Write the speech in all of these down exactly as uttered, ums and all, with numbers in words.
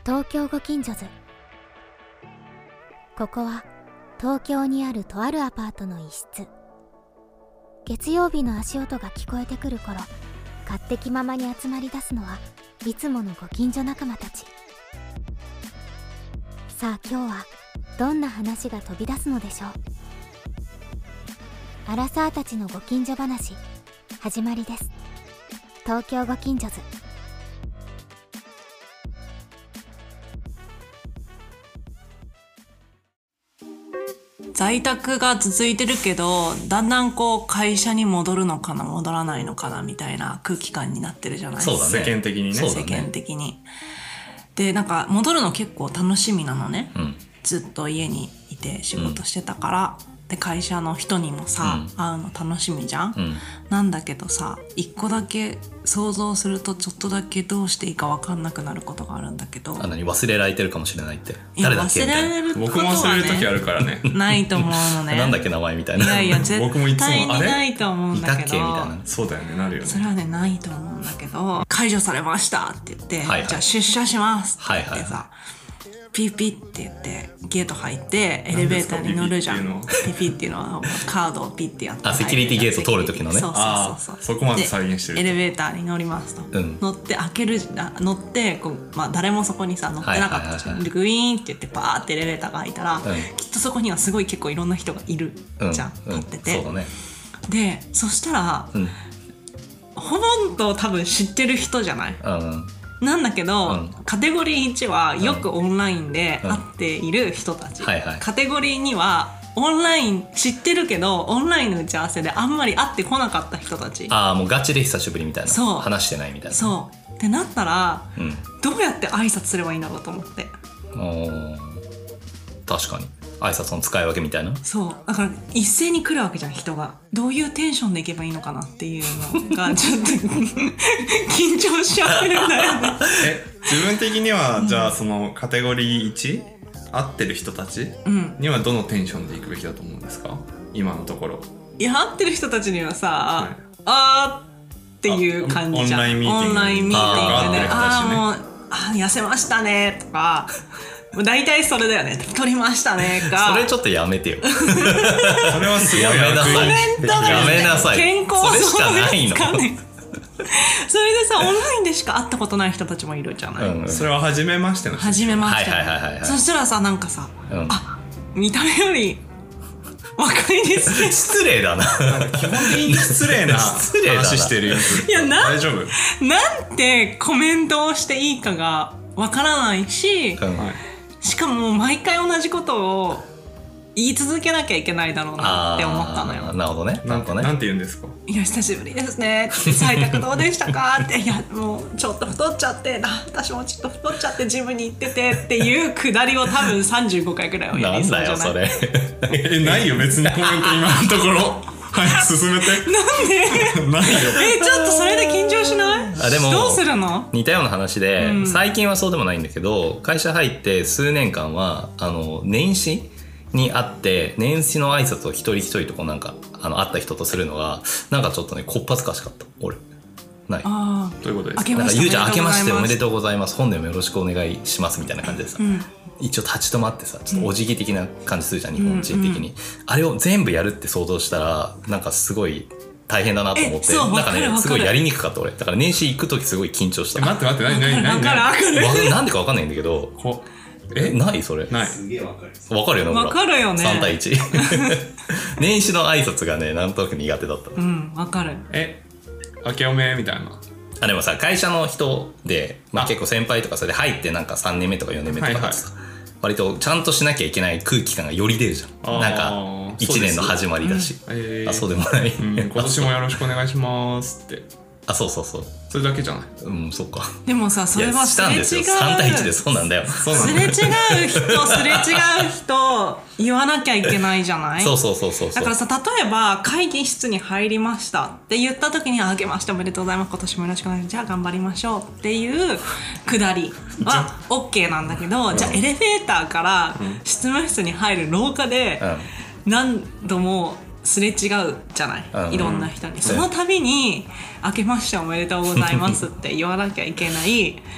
東京ご近所図。ここは東京にあるとあるアパートの一室。月曜日の足音が聞こえてくる頃、勝手気ままに集まり出すのはいつものご近所仲間たち。さあ今日はどんな話が飛び出すのでしょう。アラサーたちのご近所話、始まりです。東京ご近所図。 在宅が続いてるけど、だんだんこう会社に戻るのかな戻らないのかなみたいな空気感になってるじゃないですか。 そうだね、世間的にね。 世間的に。で、なんか戻るの結構楽しみなのね、うん、ずっと家にいて仕事してたから、うん、で会社の人にもさ、うん、会うの楽しみじゃん、うん、なんだけどさ、一個だけ想像するとちょっとだけどうしていいか分かんなくなることがあるんだけど。 あ、何忘れられてるかもしれないって。誰だっけ忘れられることは、ね、 僕も忘れる時あるからねないと思うのねなんだっけ名前みたいな。 いやいや絶僕もいつも対にないと思うんだけど。 いたっけみたいな。 そうだよね、なるよね。 それはねないと思うんだけど、解除されましたって言って、はいはい、じゃあ出社しますって言ってさ、はいはいはい、ピッピッって言ってゲート入ってエレベーターに乗るじゃん。ピッピッっていうのはカードをピッてやって、 あ、セキュリティゲート通る時のね。 そうそうそうそう、 そこまで再現してる。 エレベーターに乗りますと、うん、乗って開ける、乗ってこう、まあ、誰もそこにさ乗ってなかったし、はいはいはいはい、グイーンって言ってバーってエレベーターが開いたら、うん、きっとそこにはすごい結構いろんな人がいるじゃん、うん、立ってて、 うん、そうだね。 でそしたら、うん、ほとんど多分知ってる人じゃない、うん、なんだけど、うん、カテゴリーいちはよくオンラインで会っている人たち、うんはいはい、カテゴリーにはオンライン知ってるけどオンラインの打ち合わせであんまり会ってこなかった人たち。 ああ、もうガチで久しぶりみたいな。そう、話してないみたいな。 そうってなったら、うん、どうやって挨拶すればいいんだろうと思って。 お、確かに挨拶の使い分けみたいな。 そうだから一斉に来るわけじゃん、人が。どういうテンションでいけばいいのかなっていうのがちょっと緊張しちゃってるんだよねえ、自分的には、うん、じゃあそのカテゴリーいち合ってる人たちにはどのテンションでいくべきだと思うんですか、今のところ。 いや、合ってる人たちにはさ、はい、あーっていう感じじゃん。 オンラインミーティング、 オンラインミーティングで、 ああーもうあ痩せましたねとか大体それだよね。取りましたねか。 それちょっとやめてよそれはすごいやめなさい。やめなさい。 健康そうですかね。 それしかないのそれでさ、オンラインでしか会ったことない人たちもいるじゃない、 うんうん、それは初めましての人。 初めまして、 はいはいはいはい、 そしたらさ、なんかさ、うん、あ、見た目より若いですね失礼だな基本的に失礼な話してるやつ。 いや、な大丈夫？ なんてコメントをしていいかがわからないし、うん、しかも毎回同じことを言い続けなきゃいけないだろうなって思ったのよ。 なるほどね。 なんかね。なんて言うんですか？ いや、久しぶりですね。在宅どうでしたかって。いや、もうちょっと太っちゃって、あ、私もちょっと太っちゃってジムに行っててっていうくだりを多分さんじゅうごかいくらいはやりそうじゃない？ なんだよそれえ、ないよ別にコメント今のところはい、進めて。 なんで？ ないよ。 え、ちょっとそれで緊張しない？ あ、でもどうするの？ 似たような話で、うん、最近はそうでもないんだけど、会社入って数年間はあの年始に会って年始の挨拶を一人一人とこうなんかあの会った人とするのがなんかちょっとねこっぱずかしかった。俺ない。 ああ、 どういうことですか？ なんかゆうちゃん明けましておめでとうございます、本年もよろしくお願いしますみたいな感じでさ、うん、一応立ち止まってさ、ちょっとお辞儀的な感じするじゃん、うん、日本人的に、うんうん、あれを全部やるって想像したらなんかすごい大変だなと思って、なんかねすごいやりにくかった俺。だから年始行く時すごい緊張した。 え、待って待って、何何何何なんでか分かんないんだけど、 こえ、ないそれ。 ない。 すげえわかる。わかるよね。 わかるよね。 さん対いち年始の挨拶がね、なんとなく苦手だった。 うん、わかる。 え、明けおめみたいな。 あ、でもさ、会社の人で、まあ結構先輩とかそれで入ってなんかさんねんめとかよねんめとかってさ、はいはい、割とちゃんとしなきゃいけない空気感がより出るじゃん。なんかいちねんの始まりだし。うん、えー、あ、そうでもない、うん。 今年もよろしくお願いしますって。 あ、そうそうそう。 それだけじゃない。 うん、そっか。 でもさ、それはすれ違う。 さん対いちでそうなんだよ。 すれ違う人、すれ違う人言わなきゃいけないじゃない。 そうそうそうそう。 だからさ、例えば会議室に入りましたって言った時に、あげましておめでとうございます、今年もよろしくお願いします、じゃあ頑張りましょうっていうくだりは OK なんだけど、うん、じゃあエレベーターから執務室に入る廊下で何度もすれ違うじゃない、うん、いろんな人に、うん、その度に「明けましておめでとうございます」って言わなきゃいけない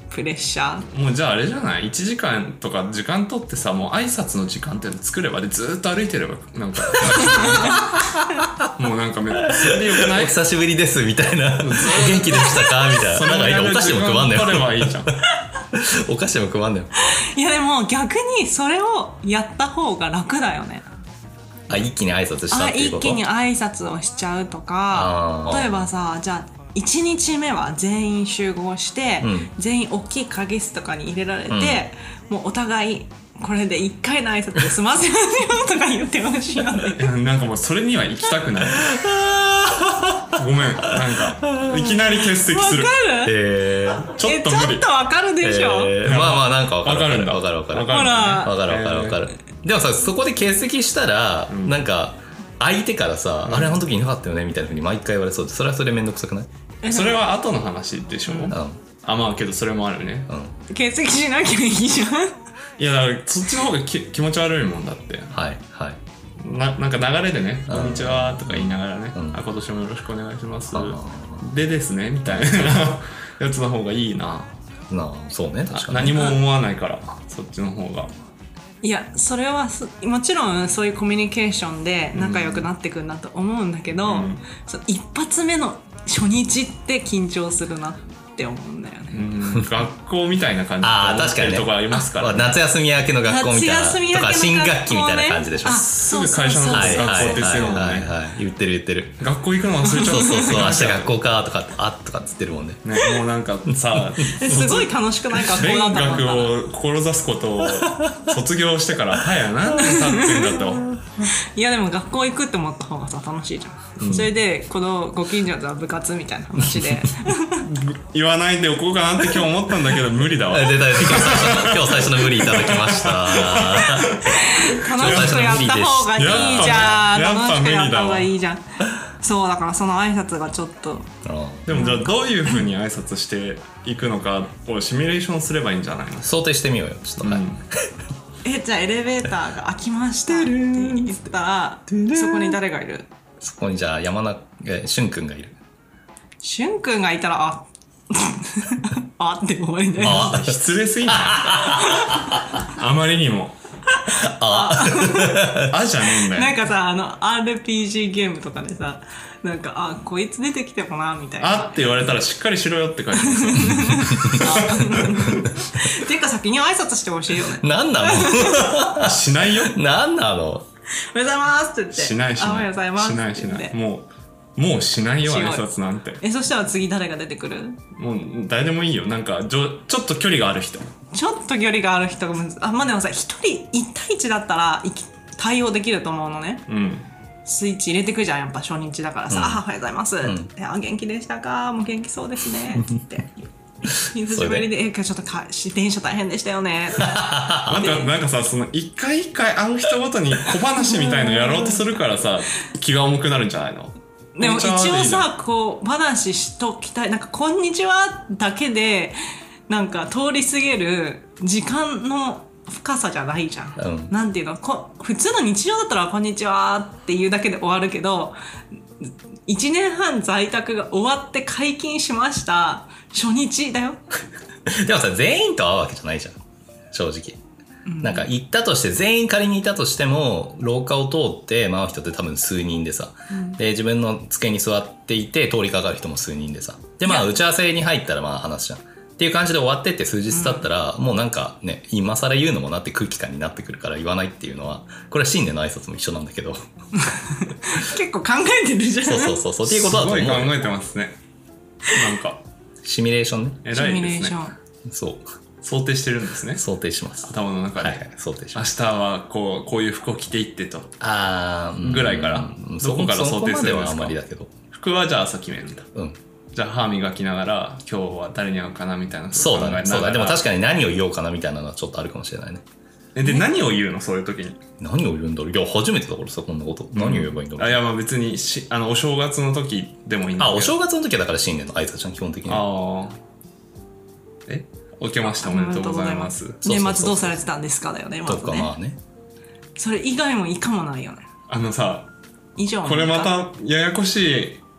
プレッシャー。 もうじゃああれじゃない、いちじかんとか時間取ってさ、もう挨拶の時間っていうの作ればでずーっと歩いてればなんかもうなんかめそれでよくない？ お久しぶりですみたいなお元気でしたかみたいな。なんかいいのお菓子でも配んだよ。 取ればいいじゃんお菓子でも配んだよ。 いやでも逆にそれをやった方が楽だよね。 あ、一気に挨拶したあっていうこと？ 一気に挨拶をしちゃうとか、 あー例えばさ、じゃあいちにちめは全員集合して、 うん全員大きい会室とかに入れられて、もうお互いこれでいっかいの挨拶で済ませますよとか言ってほしいよね。 いやなんかもうそれには行きたくないごめん、なんかいきなり欠席わかるする？ えーちょっと無理えちょっとわかるでしょ、 えーまあまあなんかわかるわかるんだわかるわかるわかるほらわかるわかるわかる。でもさ、そこで欠席したら、 んなんか相手からさ、あれあの時いなかったよねみたいなふうに毎回言われそうで、それはそれめんどくさくない？ えそれは後の話でしょ、 うんあ、まあけどそれもあるね。 うん欠席しなきゃいいじゃん。 いやだからそっちの方がき気持ち悪いもんだって。 はいはい。 な, なんか流れでね「 うんこんにちは」とか言いながらね「 うんあ今年もよろしくお願いしますあ」 でですねみたいなやつの方がいいな。 なあ、そうね、確かに。 何も思わないからそっちの方が。 いやそれはすもちろんそういうコミュニケーションで仲良くなってくんだと思うんだけど、 うんその一発目の初日って緊張するなって思うんだよね。 うん学校みたいな感じああ、 で思っ確かにね。 てるとこありますから、 あ夏休み明けの学校みたいな。 夏休み明けのとか、新学期みたいな感じでしょ。 あすぐ会社のはい学校ってはいはい言ってるもんね。 はいはい。言ってる言ってる。 学校行くの忘れちゃそううそうそう、明日学校校かとか、あとかっつってるもんね。 ね、もうなんかさえすごい楽しくない学校勉だったもん学な。 を志すことを卒業してから早何年経ってんだと。 いやでも学校行くって思った方がさ楽しいじゃん、それでこのご近所の部活みたいな話で言わないでおこうかなって今日思ったんだけど無理だわ。 出た出た、今日最初の、今日最初の無理いただきました。 楽しくやった方がいいじゃん。 やっぱ楽しくやった方やっぱ無理だわがいいじゃん。そうだからその挨拶がちょっとでもじゃあどういう風に挨拶していくのかをシミュレーションすればいいんじゃないの？ 想定してみようよ、ちょっと。はい。 えじゃあエレベーターが開きましたって言ったらそこに誰がいる？ そこにじゃあ、山中、え、しゅんくんがいる。 しゅんくんがいたらああって終わりだよ。 あ失礼すぎない？あまりにも。 ああじゃねえんだよ。 なんかさあの アールピージー ゲームとかでさなんかあこいつ出てきてもなみたいな。 あって言われたらしっかりしろよって書いてますよ。 っていうか先に挨拶してほしいよね。 なんなのしないよ。 なんなのおはようございますって言って。 しないしあおはない。 ようございますしないしって言ってない。もう、もうしないよ、 しない挨拶なんて。 えそしたら次誰が出てくる？ もう誰でもいいよ。なんかちょ、ちょっと距離がある人。 ちょっと距離がある人がむずあまあでもさ一人一対一だったらいき対応できると思うのね。 うん。 スイッチ入れてくじゃんやっぱ初日だからさ「 うんあおはようございます」 んってあ元気でしたかもう元気そうですね」って言って「久しぶりでえ今日ちょっとか電車大変でしたよね」 なんか、なんかさ、その一回一回会う人ごとに小話みたいのやろうとするからさ、気が重くなるんじゃないの？ でも一応めっちゃいいじゃんさこう話しときたいなんか「こんにちは」だけでなんか通り過ぎる時間の深さじゃないじゃん、 うん、 なんていうのこ普通の日常だったら「こんにちは」っていうだけで終わるけどいちねんはん在宅が終わって解禁しました初日だよでもさ、全員と会うわけじゃないじゃん、正直。うん、なんか行ったとして全員仮にいたとしても廊下を通って回る人って多分数人でさ、うん、で自分の机に座っていて通りかかる人も数人でさでまあ打ち合わせに入ったらまあ話じゃんっていう感じで終わってって数日経ったら、うん、もうなんかね今更言うのもなって空気感になってくるから言わないっていうのはこれは新年の挨拶も一緒なんだけど結構考えてるじゃんそうそうそうそうっていうことだと思う。 すごい考えてますね。なんかシミュレーションね。 偉いですね。 そう想定してるんですね。 想定します。 頭の中で。 はいはい、想定します。 明日はこうこういう服を着ていってと。 あー、 ぐらいから。どこから想定するんですか？ そこまではあまりだけど。 服はじゃあ朝決めるんだ。 うん。 じゃあ歯磨きながら今日は誰に会うかなみたいな。 そうだね。そうだ。でも確かに何を言おうかなみたいなのはちょっとあるかもしれないね。 えで何を言うのそういう時に。 何を言うんだろう。いや初めてだからさこんなこと。何を言えばいいんだろう。 あいやまあ別にしあのお正月の時でもいいんだけど。 あお正月の時はだから新年の挨拶じゃん基本的に。 ああ。え明けましておめでとうございます。 年末どうされてたんですかだよね。 とかまあね。 それ以外もいかもないよね。 あのさ以上これまたややこしい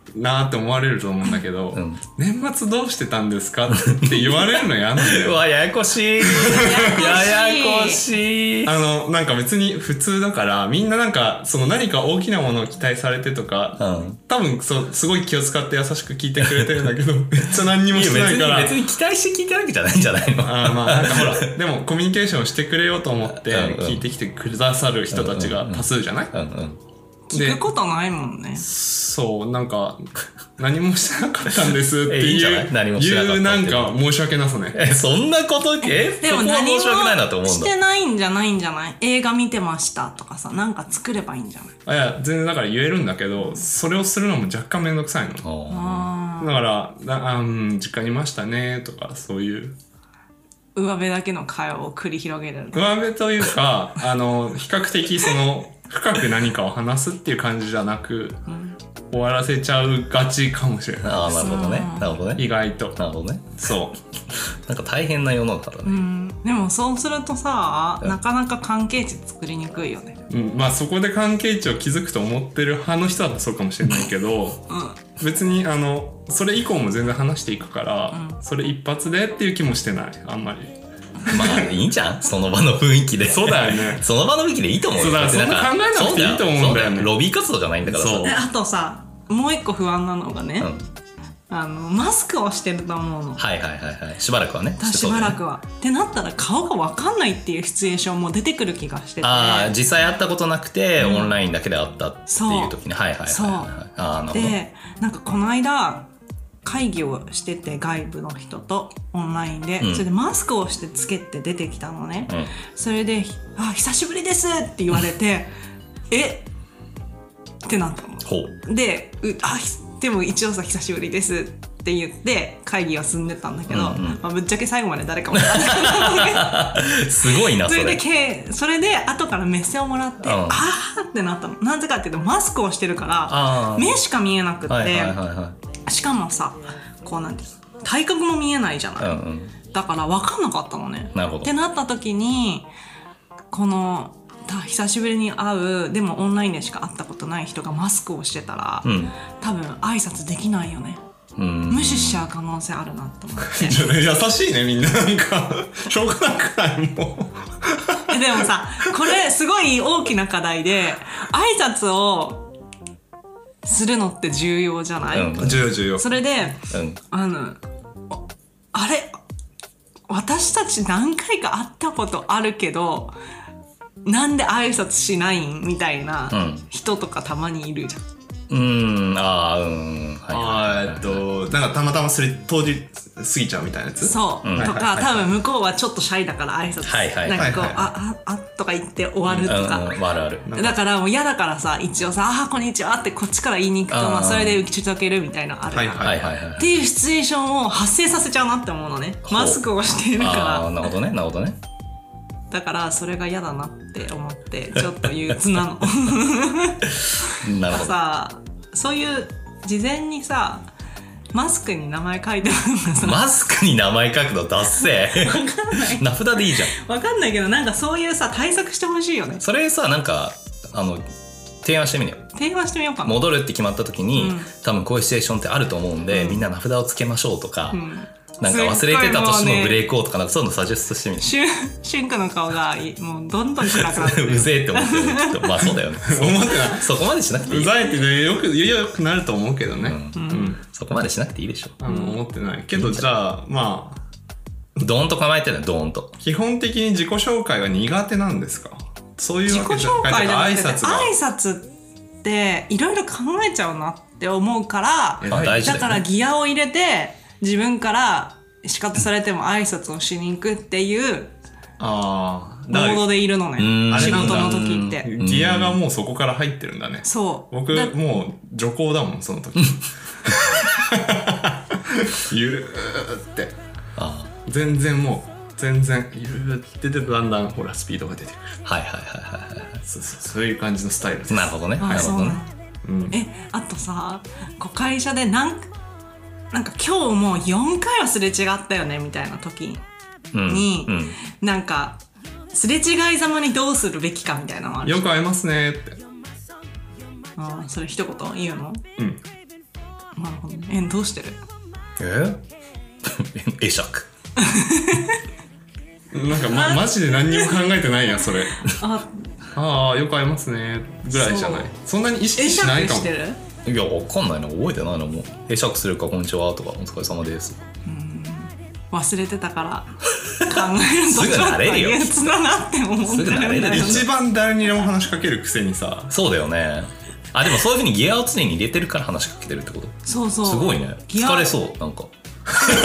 なーって思われると思うんだけど、 うん、 年末どうしてたんですかって言われるの嫌なんだよ。 うわ、ややこしい。ややこしい。 あの、なんか別に普通だから、みんななんか、その何か大きなものを期待されてとか、うん、多分そう、すごい気を使って優しく聞いてくれてるんだけど、めっちゃ何にもしてないから。 別に、別に期待して聞いてるわけじゃないんじゃないの？ あまあ、なんかほら、でもコミュニケーションしてくれようと思って、聞いてきてくださる人たちが多数じゃない？うんうんうんうん、 聞くことないもんね。 そう、なんか、何もしてなかったんですっていう、 いいんじゃない？何もしてなかったっていう。 なんか申し訳なさね。 え、そんなことえでも何も申し訳ないなと思うんだ。 してないんじゃないんじゃない？映画見てましたとかさ、なんか作ればいいんじゃない？ あ、いや、全然だから言えるんだけど、それをするのも若干めんどくさいの。 あだから、あうん、実家にいましたねとか、そういう。 上辺だけの会話を繰り広げる。 上辺というか、あの、比較的その、深く何かを話すっていう感じじゃなく、うん、終わらせちゃうがちかもしれない。 ああ、なるほどね。なるほどね。 意外と。 なるほどね。 そう。 なんか大変な世の中だね。 うん。でもそうするとさ、なかなか関係値作りにくいよね。 うん。まあそこで関係値を築くと思ってる派の人だとそうかもしれないけど、うん、別にあの、それ以降も全然話していくから、うん、それ一発でっていう気もしてない。あんまり。 まあいいんじゃん、その場の雰囲気で。 そうだよね。 その場の雰囲気でいいと思うよ。 そうだ、そんな考えなくていいと思うんだよね。 ロビー活動じゃないんだからさ。 そう。あとさ、もう一個不安なのがね、うん、あのマスクをしてると思うの。 はいはいはいはい。しばらくはね。 しばらくは。ってなったら顔が分かんないっていうシチュエーションも出てくる気がしてて。 ああ、実際会ったことなくて、うん、オンラインだけで会ったっていう時に、はいはいはいはい。 そう。 ああ、なるほど。 で、なんかこの間会議をしてて、外部の人とオンラインで、うん、それでマスクをしてつけて出てきたのね、うん、それで「あ、久しぶりです」って言われて「えってなったの。 ほうでうあでも一応さ「久しぶりです」って言って会議は進んでたんだけど、うんうん、まあ、ぶっちゃけ最後まで誰かも分かんないすごいなそれ。 それでそれで後からメッセをもらって、うん、あーってなったの。なぜかっていうとマスクをしてるから目しか見えなくって、はいはいはいはい、しかもさ、こうなんて体格も見えないじゃない、うんうん、だから分かんなかったのね。 なるほど。 ってなった時に、この久しぶりに会うでもオンラインでしか会ったことない人がマスクをしてたら、うん、多分挨拶できないよね。うん、無視しちゃう可能性あるなと思って優しいねみんな。なんかしょうがなくないもうでもさ、これすごい大きな課題で、挨拶をするのって重要じゃない？ うん、重要重要。 それで、うん、あのあれ私たち何回か会ったことあるけどなんで挨拶しないんみたいな人とかたまにいるじゃん。 うん、あー、うん、はいはいはい、 あー、えっと、なんかたまたまそれ当時過ぎちゃうみたいなやつ。 そう、うん、とか、はいはいはい、多分向こうはちょっとシャイだから挨拶、はいはいはい、なんかこう、はいはいはい、あ、あ、あとか言って終わるとか、 うんうん、あるある。 だからもう嫌だからさ、一応さ、あ、こんにちはってこっちから言いに行くと、まあそれで打ち解けるみたいなのある、はいはいはいはい、っていうシチュエーションを発生させちゃうなって思うのね。マスクをしているから。 あ、なるほどね、なるほどね。 だからそれが嫌だなって思ってちょっと憂鬱なの。 なるほど。 さ、そういう事前にさマスクに名前書いてあるのがさ、 マスクに名前書くのダッセー。 わかんない。 名札でいいじゃん。 わかんないけど、なんかそういうさ対策してほしいよね。 それさ、なんかあの提案してみるよ。 提案してみようかな。 戻るって決まった時に、うん、多分こういうシチュエーションってあると思うんで、うん、みんな名札をつけましょうとか、うん、なんか忘れてたとしてもブレイクをとか、なんかそういうのサジェストしてみる。 しゅしゅんくの顔がもうどんどん暗くなってる。 うぜえって思ってる。きっとまあそうだよね。 思ってない。 そこまでしなくていい。 うざいってね、よくよくなると思うけどね。 うんうん、そこまでしなくていいでしょ。 あの思ってないけど、じゃあまあドーンと構えてるの、ドーンと。 基本的に自己紹介が苦手なんですか？そういうわけじゃなくて、 自己紹介じゃなくて挨拶が挨拶っていろいろ考えちゃうなって思うから、だからギアを入れて自分から仕方されても挨拶をしに行くっていうモードでいるのね、仕事の時って。 ギアがもうそこから入ってるんだね。 そう。 僕もう徐行だもんその時。ゆるーって。ああ、全然もう全然ゆるーって出てだんだんほらスピードが出てくる。 はいはいはいはいはい。 そうそう、そういう感じのスタイルです。 なるほどね。なるほどね。 うん、え、あとさ、こう会社でなんかなんか今日もうよんかいはすれ違ったよねみたいな時に、うんうん、なんかすれ違いざまにどうするべきかみたいなのある。 よく会いますねって。 ああ、それ一言言うの？ うん。 なるほどね。えどうしてる？ え会釈なんか、ま、マジで何にも考えてないやんそれ。 あああよく会いますねぐらいじゃない。そんなに意識会しないかも。 釈してる？ いやわかんないな、覚えてないな。もう会釈するかこんにちはとかお疲れ様です忘れてたから考えるとすぐちょっと慣れるよ憂鬱だなって思ってるんすぐ慣れるよだよね。 一番誰にでも話しかけるくせにさ。 そうだよね。あでもそういう風にギアを常に入れてるから話しかけてるってこと。 そうそうすごいね。 ギア疲れそうなんか疲れ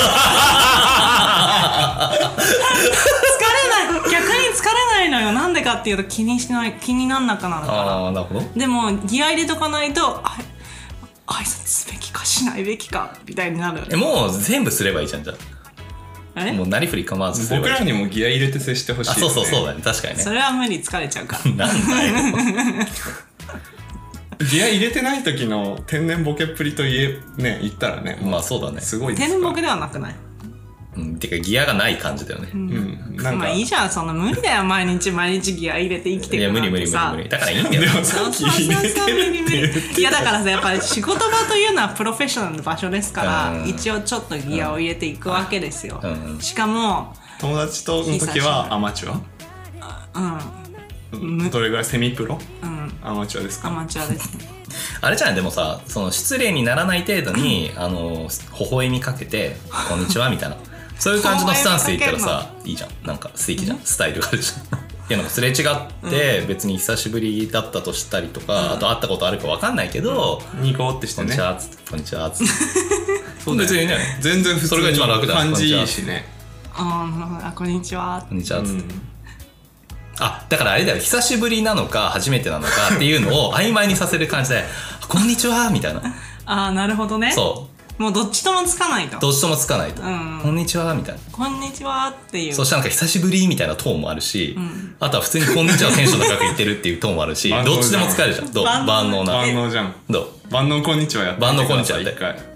ない逆に疲れないのよ。なんでかっていうと気にしない気になんなくなるから。 ああなるほど。 でもギア入れとかないとあ挨拶すべきかしないべきかみたいになる。 えもう全部すればいいじゃん。じゃあえもうなりふり構わずすれば僕いい。 らにもギア入れて接してほしいあよね。 そうそうそうだね、確かにね。 それは無理、疲れちゃうからなんだよギア入れてない時の天然ボケっぷりと言えね言ったらね、もまあそうだね。 すごいですから。 天然ボケではなくない？ うんてかギアがない感じだよね。 うん、なんか、 まあいいじゃん、そんな無理だよ毎日毎日ギア入れて生きていいくなんや無理無理無理てさ。 無理。だからいいんだよで。もさっき入れてるって言ってた。 いやだからさやっぱり仕事場というのはプロフェッショナルの場所ですから、 うん一応ちょっとギアを入れていくわけですよ、 うんしかも友達との時はアマチュア、 うんどれぐらいセミプロうんアマチュアですか？ アマチュアですね。 あれじゃないでもさ、その失礼にならない程度に、あの微笑みかけてこんにちはみたいなそういう感じのスタンスで言ったらさいいじゃん。なんか素敵じゃん。スタイルがあるじゃん。いやなんかすれ違って別に久しぶりだったとしたりとか、あと会ったことあるか分かんないけど、 ニコってしてね。 こんにちはっつってこんにちはっつってそうだよ別にね全然普通それが一番楽にだ感じいいしね。 あーなるほど。あこんにちは。 こんにちはっつって、 うんあだからあれだよ、久しぶりなのか初めてなのかっていうのを曖昧にさせる感じでこんにちはみたいな。 あーなるほどね。 そうもうどっちともつかないと。 どっちともつかないと、 うんこんにちはみたいな。 こんにちはっていう。 そしたらなんか久しぶりみたいなトーンもあるし、 んあとは普通にこんにちはテンション高く言ってるっていうトーンもあるし万能どっちでも使えるじゃん。どう万能万能な万能じゃん。 どう万能こんにちはやってみて万能こんにちはください一回。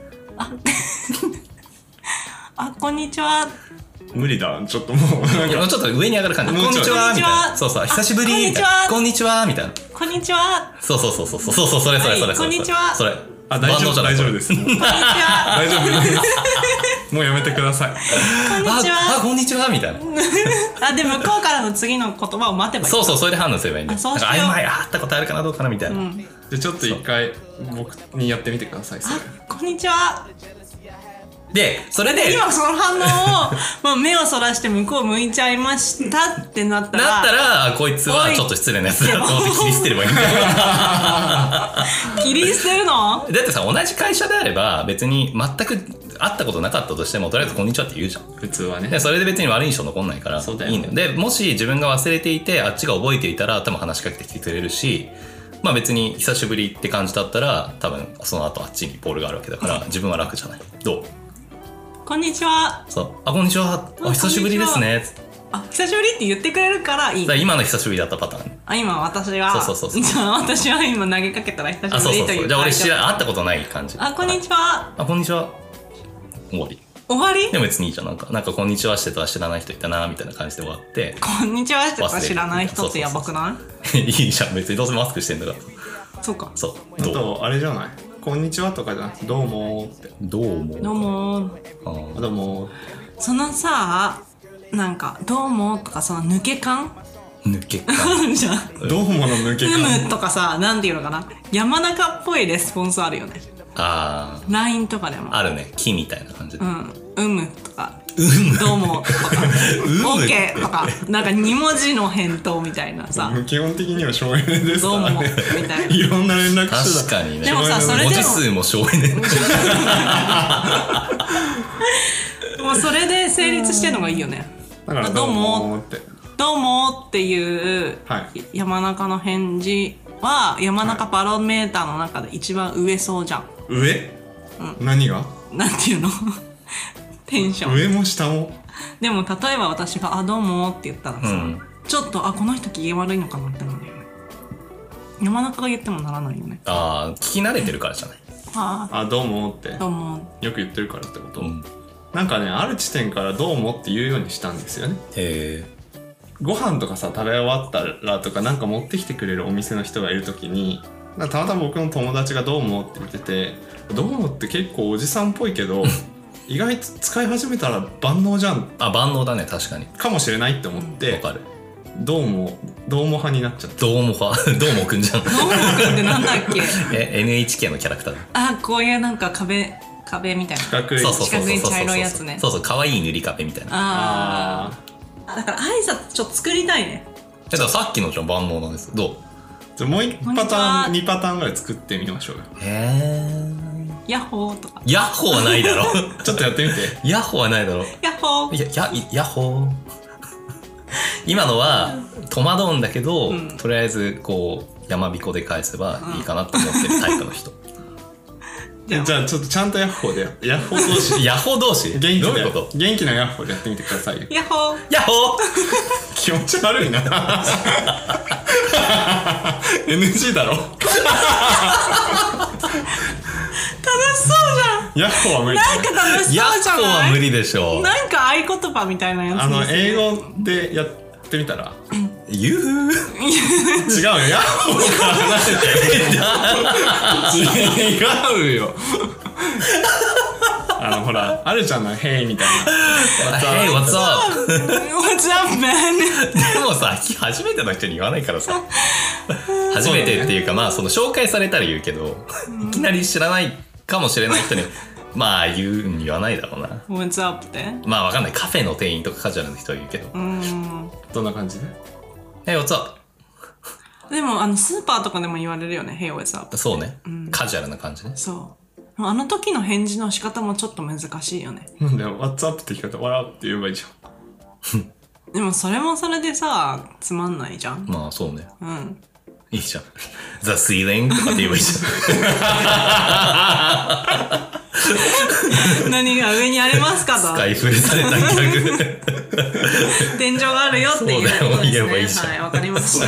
あこんにちは。 無理だちょっともうなんかいやもうちょっと上に上がる感じ。 もうちょいこんにちはみたいこんにちはな。そうそう久しぶりみたいな。 あこんにちはみたいな。 こんにちは。 そうそうそうそうそうそうそれそれそれそれそれはいこんにちはそれあ大丈夫万能じゃない大丈夫です。もうこんにちは。 大丈夫です。もうやめてください。 こんにちあは。 あこんにちはみたいな。 あで向こうからの次の言葉を待てばいい。 そうそうそれで判断すればいいんだよ。 あそうしようなんか曖昧あ会ったことあるかなどうかなみたいな。 うん。 じゃあちょっと一回僕にやってみてくださいそれ。 あこんにちは。 でそれで今その反応をもう目をそらして向こう向いちゃいましたってなったら。 だったらあこいつはちょっと失礼なやつだと思って切り捨てればいいんだよ。 切り捨てるの？ だってさ同じ会社であれば別に全く会ったことなかったとしてもとりあえずこんにちはって言うじゃん。 普通はね。 でそれで別に悪い印象残んないからそうだよいいんだよ。でもし自分が忘れていてあっちが覚えていたら多分話しかけてきてくれるし、まあ別に久しぶりって感じだったら多分その後あっちにボールがあるわけだから自分は楽じゃない。どう？ こんにちは。 そうあこんにちはあ久しぶりですね。 あ久しぶりって言ってくれるからいいだから今の久しぶりだったパターン。 あ今私はそうそうそうそうじゃあ私は今投げかけたら久あそうしぶりといううそうそじゃあ俺知ら会あったことない感じ。 あこんにちは。 あこんにちは終わり。 終わりでも別にいいじゃん。なんかなんかこんにちはしてたら知らない人いたなみたいな感じで終わってこんにちはってさ知らない人ってやばくないいいじゃん別にどうせマスクしてんだから。 そうか。 そうあどうとあれじゃないこんにちはとかじゃなくてどうもーってどうもどうもあーどうもーそのさなんかどうもとかその抜け感抜け感あるじゃん。 どうもの抜けう感。 むとかさなんていうのかな山中っぽいレスポンスあるよね。 あライン とかでもああるね木みたいな感じで、 うんうむとかうむどうもとかうむ OK とかなんかに文字の返答みたいなさ基本的には省エネですどうもからね。 みたいな。 いろんな連絡手段。 確かにね。 でもさそれでも文字数も省エネ。 もうそれで成立してるのがいいよね。 だからどうもーって。 どうもっていうはい山中の返事は山中バロメーターの中で一番上そうじゃん。 上、何がなんていうのテンション。 上も下も。 でも例えば私が「あどうも」って言ったらさ、 うんちょっとあこの人機嫌悪いのかなってなるよね。山中が言ってもならないよね。 ああ、聞き慣れてるからじゃない。 ああどうもってあどうも。 よく言ってるからってこと、 うん。 なんかねある地点からどうもって言うようにしたんですよね。 へご飯とかさ食べ終わったらとかなんか持ってきてくれるお店の人がいるときにだからたまたま僕の友達がどうもって言ってて、どうもって結構おじさんっぽいけど意外と使い始めたら万能じゃんあ、万能だね、確かに。 かもしれないって思ってわかる。 どうもどうも派になっちゃった。 どうもか、どうもくんじゃん。 どうもくんってなんだっけえ、エヌエイチケー のキャラクターだ。 あ、こういうなんか壁壁みたいな四角いそうそうそうそうそう。 四角い茶色いやつねそうそう、可愛い塗り壁みたいな。 ああだから挨拶ちょっと作りたいね。 え、だからさっきのじゃん万能なんです。どう？ じゃあもう一パターンにパターンぐらい作ってみましょうよ。 へー。 ヤッホーとか。 ヤッホーはないだろ。 ちょっとやってみて。 ヤッホーはないだろ。 ヤッホー。 いや、や、ヤッホー。今のは戸惑うんだけど、 うん、 とりあえずこう山彦で返せばいいかなと思ってるタイプの人。 じゃあちょっとちゃんとヤッホーでヤッホー同士ヤッホー同士元気などういうこと？ 元気なヤッホーでやってみてくださいよ。 ヤッホー。 ヤッホー。 気持ち悪いな。エヌジー だろ。 楽しそうじゃん。 ヤッホーは無理。 なんか楽しそうじゃない？ ヤッホーは無理でしょ。 なんか合言葉みたいなやつ。 あの英語でやってみたら。 ユー。 違うよ、ヤッホーから離れて。違うよ。あのほら、あるじゃない、ヘイみたいな。 Hey, what's up? What's up, man? でもさ、初めての人に言わないからさ。初めてっていうか、まあその紹介されたら言うけど、いきなり知らないかもしれない人に、まあ言う言わないだろうな。 What's up って？ まあわかんない。カフェの店員とかカジュアルな人は言うけど。 うん。 どんな感じで？ Hey, what's up? でもあのスーパーとかでも言われるよね。Hey, what's up? そうね、うん。カジュアルな感じね。 そう。あの時の返事の仕方もちょっと難しいよね。 なんだよ、What's up って聞かれたら、笑って言えばいいじゃん。 でもそれもそれでさ、つまんないじゃん。 まあそうね。 うん。 いいじゃん。The ceiling とかって言えばいいじゃん。何が上にありますかと。 使い古されたギャグ。 天井があるよっていうことですね。 そうだよ、言えばいいじゃん。 はい、わかりました。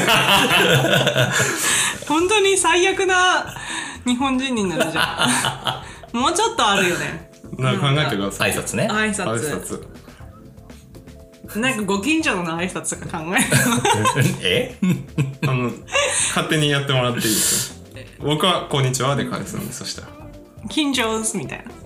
本当に最悪な日本人になるじゃん。もうちょっとあるよね。 なんか考えてください。 挨拶ね。 挨拶。 挨拶。 なんかご近所の挨拶とか考える。 えあの、勝手にやってもらっていいですよ。僕は、こんにちはで返すんで、そしたら。 近所すみたいな。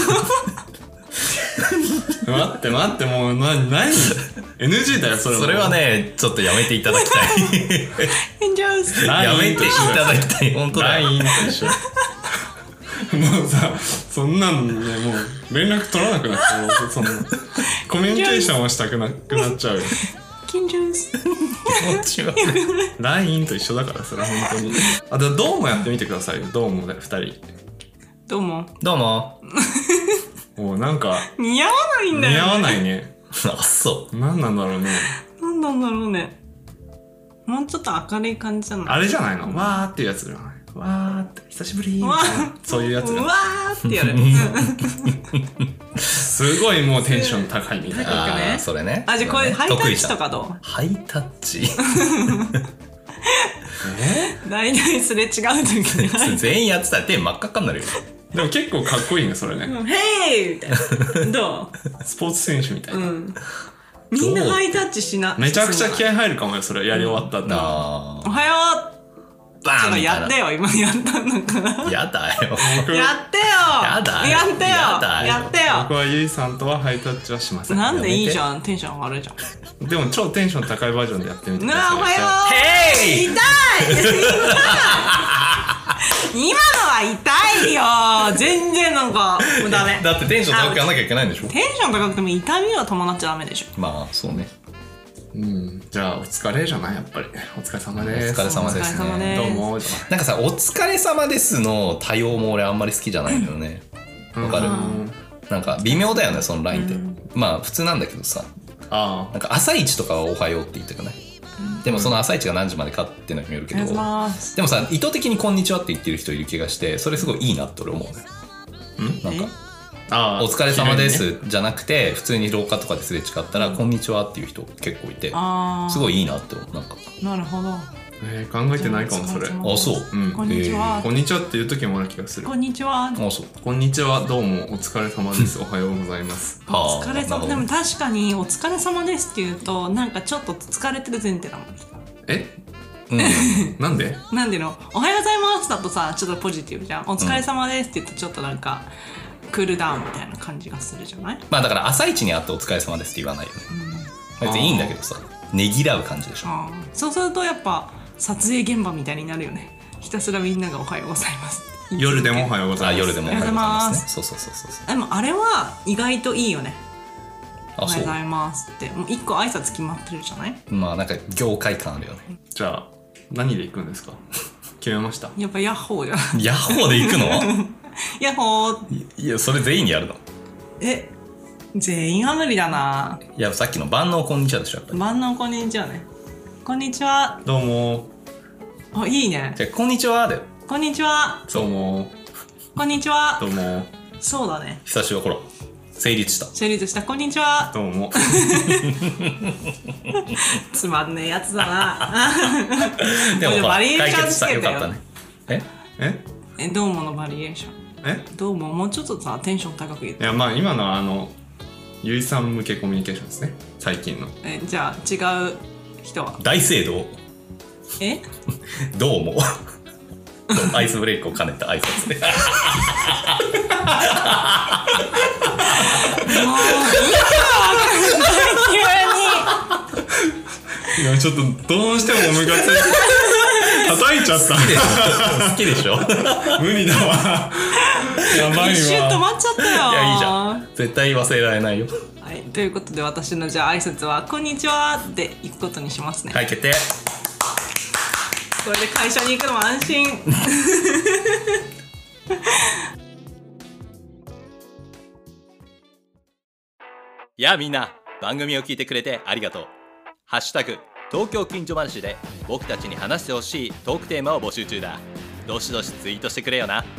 待って待って、もう、な、なに エヌジー だよ、それは。 それはね、ちょっとやめていただきたい。 近所す。 やめていただきたい、本当だ。 ラインと一緒。もうさ、そんなんね、もう連絡取らなくなっちゃう。そんなコミュニケーションをしたくなくなっちゃうよ。 近所す。 気持ち悪い。 ラインと一緒だから、それ本当に。あ、でどうもやってみてくださいよ。どうもでふたり。 どうも。 どうも。 もうなんか似合わないんだよ、ね。 似合わないね。 あ、そう。 なんなんだろうね。 なんなんだろうね。もうちょっと明るい感じじゃない？ あれじゃないの？わーっていうやつじゃない？わーって久しぶりーみたいなそういうやつがうわーってやる。 すごいもうテンション高いみたいな。 あー、それね。 あ、じゃあこれハイタッチとかどう？ ハイタッチえ大体すれ違う時に全員やってたら手真っ赤っかになるよ。 でも結構かっこいいね、それね。 ヘイみたいな。どスポーツ選手みたいうな。 うん。みんなハイタッチしな。 めちゃくちゃ気合合入るかもよ、それやり終わった後。 あおはようバーンみたいな。 やってよ、今やったんだから。 やだよ。 僕やってよやだよやってよやだよやって僕はゆいさんとはハイタッチはしません。 なんでいいじゃん、テンション上がるじゃん。 でも超テンション高いバージョンでやってみてくだなあ、 さい。 おはようヘイ痛い今のは痛いよ全然なんか、もうダメ。 だってテンション高くやらなきゃいけないんでしょ。 テンション高くても痛みは伴っちゃダメでしょ。 まあ、そうね。 うん。じゃあお疲れじゃない、やっぱり。お疲れ様おです。 疲れ様ですお疲れ様ね。 ですどうも。 なんかさ、お疲れ様ですの多様も俺あんまり好きじゃないのよね。わかる？なんか微妙だよね、そのラインって。まあ普通なんだけどさ、 あなんか朝一とかはおはようって言ってくない？でもその朝一が何時までかっていうのによるけど、 お願いします。 でもさ、意図的にこんにちはって言ってる人いる気がして、それすごいいいなって俺思うね。なんか、 あ。ああ。 お疲れ様でね。 すじゃなくて、普通に廊下とかですれ違ったら、こんにちはっていう人結構いて、 あー、 すごいいいなって思う。なんか、 なるほど。 えー、考えてないかも、それ。 あ、そう。 うん。 こんにちは。 こんにちはっていう時もある気がするこ。んにちは。 あ、そう。 こんにちは、どうも、お疲れ様です。おはようございます。 お疲れ様。 はあなるほどでも確かにお疲れ様ですって言うとなんかちょっと疲れてる前提だもん。 えうん、 なんでなんでのおはようございますだとさちょっとポジティブじゃん。お疲れ様ですって言うとちょっとなんかクールダウンみたいな感じがするじゃない。 まあだから朝一に会ってお疲れ様ですって言わないよね、うん、別にいいんだけどさねぎらう感じでしょ。 あそうするとやっぱ撮影現場みたいになるよね。ひたすらみんながおはようございます夜でもおはようございます。 夜でもおはようございますね。そうそうそうそう。 でもあれは意外といいよね。おあはようございますってもう一個挨拶決まってるじゃない。 まあなんか業界感あるよね。 じゃあ何で行くんですか決めました。 やっぱヤッホーじゃん。 ヤッホーで行くのヤッホー。 いやそれ全員にやるの。 え全員は無理だな。 いやさっきの万能こんにちはでしょやっぱり。 万能こんにちはね。こんにちは。 どうも。 あいいね。 じゃあこんにちはだよ。 こんにちは。 どうも。 こんにちは。 どうも。 そうだね。 久しぶり。ほら成立した。 成立した。こんにちは。 どうも。 つまんねえやつだな。 でもバリエーション解決した。 つけてよ。 よかったね。えええどうものバリエーション。 えどうももうちょっとさテンション高く言って。 いやまあ今のはあのゆいさん向けコミュニケーションですね最近の。 えじゃあ違う人は。 大聖堂。 えどうも。アイスブレイクを兼ねた挨拶で。 もう意味がわかんない急に。 いやちょっとどうしてもムカついて叩いちゃった。 好きでしょ。 無理だわ。やばいわ。 一瞬止まっちゃったよ。 いやいいじゃん。絶対忘れられないよ。 はい、ということで私のじゃあ挨拶はこんにちはで行くことにしますね。 はい決定。 これで会社に行くのも安心。 やあみんな番組を聞いてくれてありがとう。ハッシュタグ東京近所話で僕たちに話してほしいトークテーマを募集中だ。どしどしツイートしてくれよな。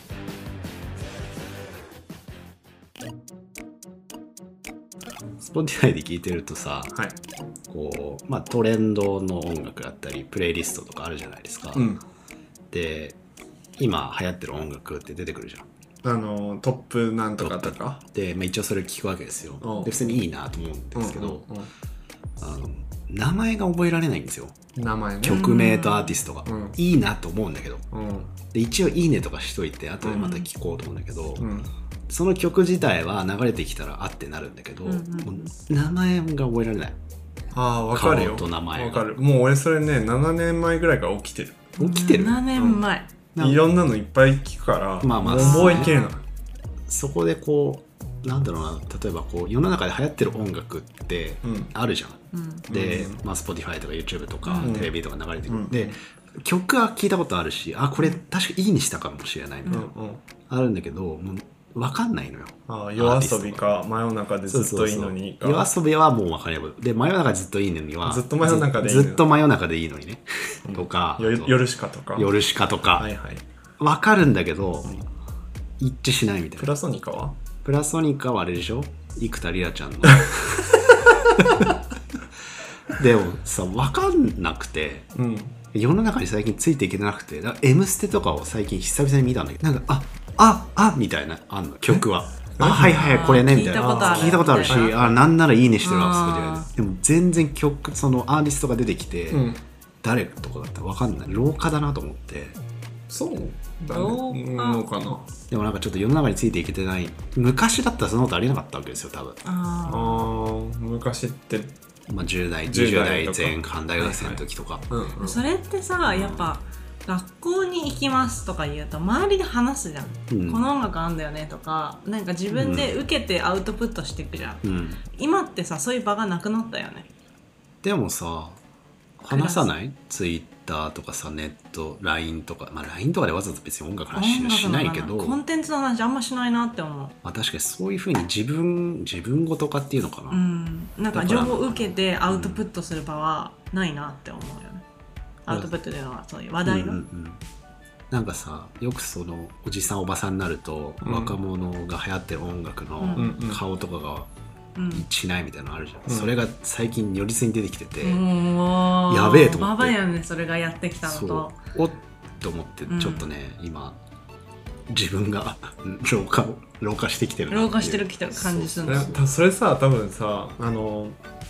Spotify で聴いてるとさ、 はい。 こうまあ、トレンドの音楽だったりプレイリストとかあるじゃないですか、 うん。 で今流行ってる音楽って出てくるじゃん。 あのトップなんとかとか。 で、まあ、一応それを聞くわけですよ。 うんで普通にいいなと思うんですけど、 うんうんあの名前が覚えられないんですよ。 うん、名前ね。 曲名とアーティストが、 うんいいなと思うんだけど、 うんで一応いいねとかしといて後でまた聞こうと思うんだけど、 うん。 その曲自体は流れてきたらあってなるんだけど、 うんうんうんもう名前が覚えられない。 ああわかるよ。 顔と名前がわかる。もう俺それねななねんまえぐらいから起きてる。 起きてる。 ななねんまえ、 なんいろんなのいっぱい聞くから、 まあまあもう覚えきれない。 そこでこうなんだろうな、例えばこう世の中で流行ってる音楽ってうんあるじゃん。 うんで、 うんまあ、Spotify とか YouTube とか、 うんテレビとか流れてくる、 うんで曲は聞いたことあるし、あこれ確かいいにしたかもしれないみたいな、 うんうん。 あるんだけどもう分かんないのよ。 ああ夜遊びか真夜中でずっといいのにか。 そうそうそう夜遊びはもう分かればで真夜中でずっといいのにはずっと真夜中でいいのずずっと真夜中でいいのにね、とかよあと夜しかとか。 夜しかとか、 はいはい。 分かるんだけど一致しないみたいな。 プラソニカは？ プラソニカはあれでしょ、生田リラちゃんのでもさ分かんなくて、 うん。 世の中に最近ついていけてなくて、だから M ステとかを最近久々に見たんだけど、なんかあああみたいなあんの曲はあはいはいこれねみたいな、 聞いたことある聞いたことあるし、あなんならいいねしてるわあそこで。でも全然曲そのアーティストが出てきて、 うん。 誰とかだったら分かんない。廊下だなと思って。 そうだどうね。のかな。 でもなんかちょっと世の中についていけてない。昔だったらそのことありえなかったわけですよ多分。 あああ昔って。 まあ、じゅう代じゅうにじゅう代とか代前半大学生の時とか、 うんーそれってさやっぱ学校に行きますとか言うと周りで話すじゃん、 うんこの音楽あんだよねとかなんか自分で受けてアウトプットしていくじゃん、 うん、 今ってさそういう場がなくなったよね。 でもさ話さない？ツイッターとかさネット ライン とか、まあ、ライン とかでわざわざ別に音楽の話はしないけど、 コンテンツの話あんましないなって思う。 まあ、確かにそういうふうに自分自分ごと化っていうのかな、 うんなんか情報を受けてアウトプットする場はないなって思うよね、 うん、 アウトプットというのはそういう話題の、 うんうんうん、なんかさよくそのおじさんおばさんになると、 うん、 若者が流行ってる音楽の顔とかが一致しないみたいなのあるじゃん、うん、それが最近如実に出てきてて、うん、やべえと思って。 ババやねそれがやってきたのと。 そうおっと思ってちょっとね、うん、今自分が老化老化してきてるなっていう。 老化してる感じするんですよ。それさ多分さあの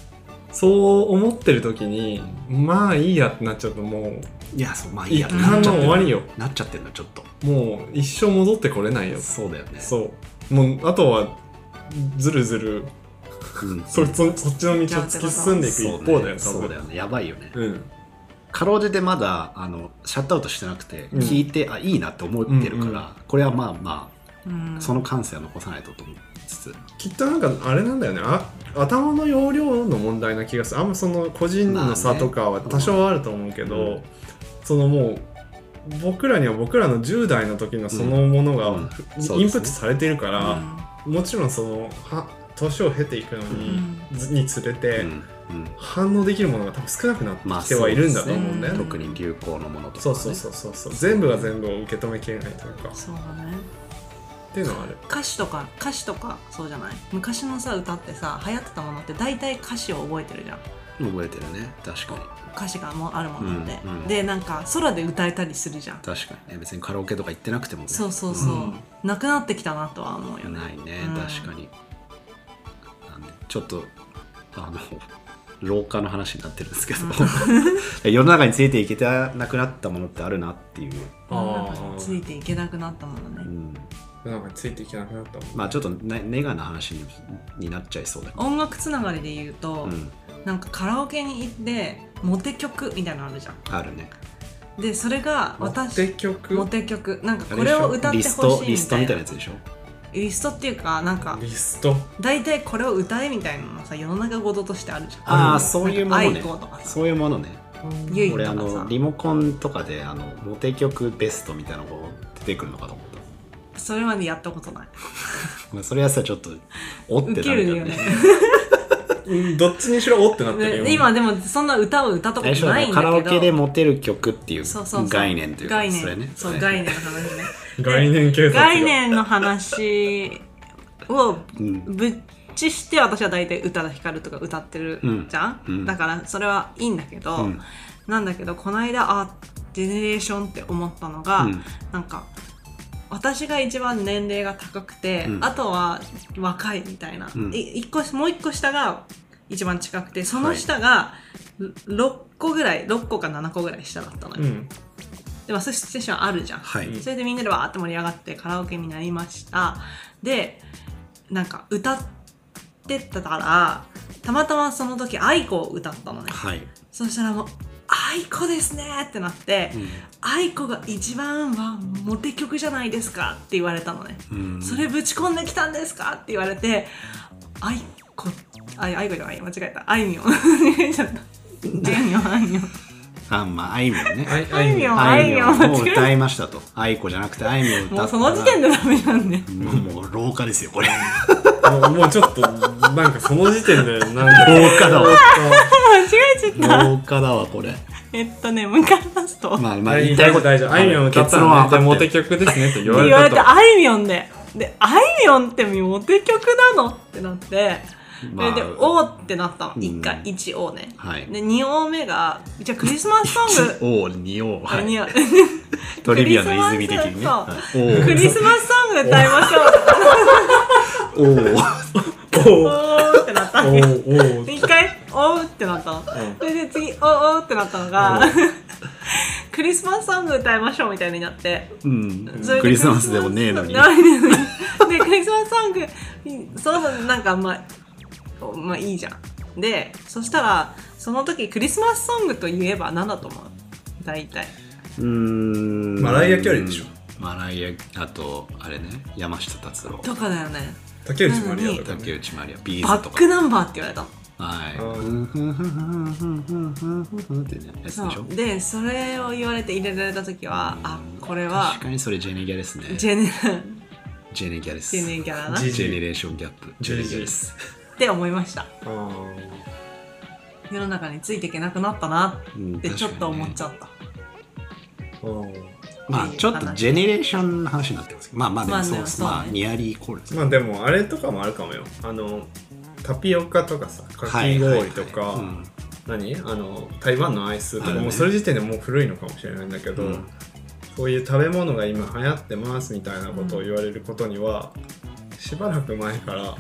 そう思ってる時にまあいいやってなっちゃうともいやそうまあういいや一貫の終わりよ。 なっちゃってんのちょっと。 もう一生戻ってこれないよ。 そうだよね。 そうもうあとはずるずるうんそそそっちの道を突き進んでいく一方だよ、多分。 そうだよね。やばいよね。 うんかろうじてまだあのシャットアウトしてなくて、 うん聞いてあいいなって思ってるから、 うんうんこれはまあまあ、 うんその感性は残さないとと思いつつ、 きっとなんかあれなんだよね、あ頭の容量の問題な気がする。あんまその個人の差とかは多少はあると思うけど、 まあねそのもう僕らには僕らのじゅう代の時のそのものがうんうんそうですねインプットされているから、もちろんそのは年を経ていくのに,、につれて、 うんうん反応できるものが多分少なくなってまあきてはいるんだと思うんだよね。 特に流行のものとか、ね、 そうそうそうそうそう全部が全部を受け止めきれないというかそうだね。 っていうのはある。 歌詞とか歌詞とかそうじゃない。昔のさ歌ってさ流行ってたものって大体歌詞を覚えてるじゃん。 覚えてるね。確かに歌詞がもうあるものって、 うんうんでなんか空で歌えたりするじゃん。 確かにね。別にカラオケとか行ってなくてもね。 そうそうそう、 うんなくなってきたなとは思うよね。 ないね、 うん確かに。なんでちょっとあの廊下の話になってるんですけど、世の中についていけてなくなったものってあるなっていう、 あついていけなくなったものね、 うん、 あなんかついていけなくなったもん。 まあちょっとネネガな話にになっちゃいそうだけど、 音楽つながりで言うと、 うん、 なんかカラオケに行ってモテ曲みたいなのあるじゃん。 あるね。 でそれがモ私テ曲モテ曲なんかこあれでしょれを歌ってリスほしいみたいなトリストみたいなやつでしょ。 リストっていうかなんかリスト大体これを歌えみたいなのさ世の中ごととしてあるじゃん。 ああそういうものアイね。 コとかさそういうものね。 ユイと俺あかさのリモコンとかであのモテ曲ベストみたいなのが出てくるのかと思った。 それまでやったことない。 まあそれはさちょっとおってなウケるよね。 うんどっちにしろおってなってるよ。 で今でもそんな歌を歌ったことないんだけど、 カラオケでモテる曲っていうそうそうそう概念というか概念それね。 そうれ概念の話ね。 概念警察が概念の話をうんぶっちして私は大体宇多田ヒカルとか歌ってるじゃん、 うんうんだからそれはいいんだけど、 うんなんだけどこの間あジェネレーションって思ったのが、 うんなんか私が一番年齢が高くて、 うんあとは若いみたいな、 うんい一個もう一個下が一番近くてその下がろっこぐらいろっこかななこぐらい下だったのよ、 うんでまあそういうシチュエーションあるじゃん、 はい。 それでみんなでわーって盛り上がってカラオケになりました。でなんか歌ってたらたまたまその時愛子を歌ったのね。 はい。 そしたらもう愛子ですねってなって、 うん愛子が一番はモテ曲じゃないですかって言われたのね、 うんそれぶち込んできたんですかって言われて愛子あ愛子じゃない間違えたあいみょん間違えちゃったあいみょんあいみょんあまああいみょんね。 あいあいみょんあいみょん間違えを歌いましたと。あいこじゃなくてあいみょんを歌ったら。 もうその時点でダメなんでもうもう廊下ですよこれ。 もうもうちょっとなんかその時点でなんか廊下だわ。 間違えちゃった廊下だわこれ。 えっとね、向かいますと。 まあまあ大言いたいこと大丈夫。あいみょん歌ったらね、 結論は分かモテってる。 曲ですねって言わ言われて、 れたと。 あいみょんで。で、あいみょんってモテ曲なのってなって、 まあで、おーってなったの。 うん一回、一おね。 はい。 で、二お目が、じゃあクリスマスソング。 おおにおはい。 あにおトリビアの泉的にね。 そうはいクリスマスソング歌いましょう。 おおおおーってなったおわけ。 ーおーで一回、おーってなったの。それで次、おーおーってなったのが、クリスマスソング歌いましょうみたいになって。 うんそれでクリスマスでもねえのに。 ないのにでクリスマスソングそのなんかまあまあいいじゃん。でそしたらその時クリスマスソングといえば何だと思う？大体うーんマライアキャリーでしょ。 マライアあとあれね山下達郎とかだよね。 竹内まりやとかね。 竹内まりやビーバッズとかクナンバーって言われたの。 はいうんふんふんふんふんふんふんふんふんってねやつでしょそうでそれを言われて入れられた時はあこれは確かにそれジェネギャですねジェネジェネギャですジェネギャラなっジジェネレーションギャップジェネギャですて思いました。 あ世の中についていけなくなったなうんってちょっと思っちゃ確った。 ーうんまあちょっとジェネレーションの話になってますけどまあまあでもそうですまあねまあニアリーイコールですまあでもあれとかもあるかもよ。あのタピオカとかさ、かき氷とか、 はいはいはいうん何あの台湾のアイスとかあるねもうそれ時点でもう古いのかもしれないんだけど、 うんそういう食べ物が今流行ってますみたいなことを言われることには、しばらく前から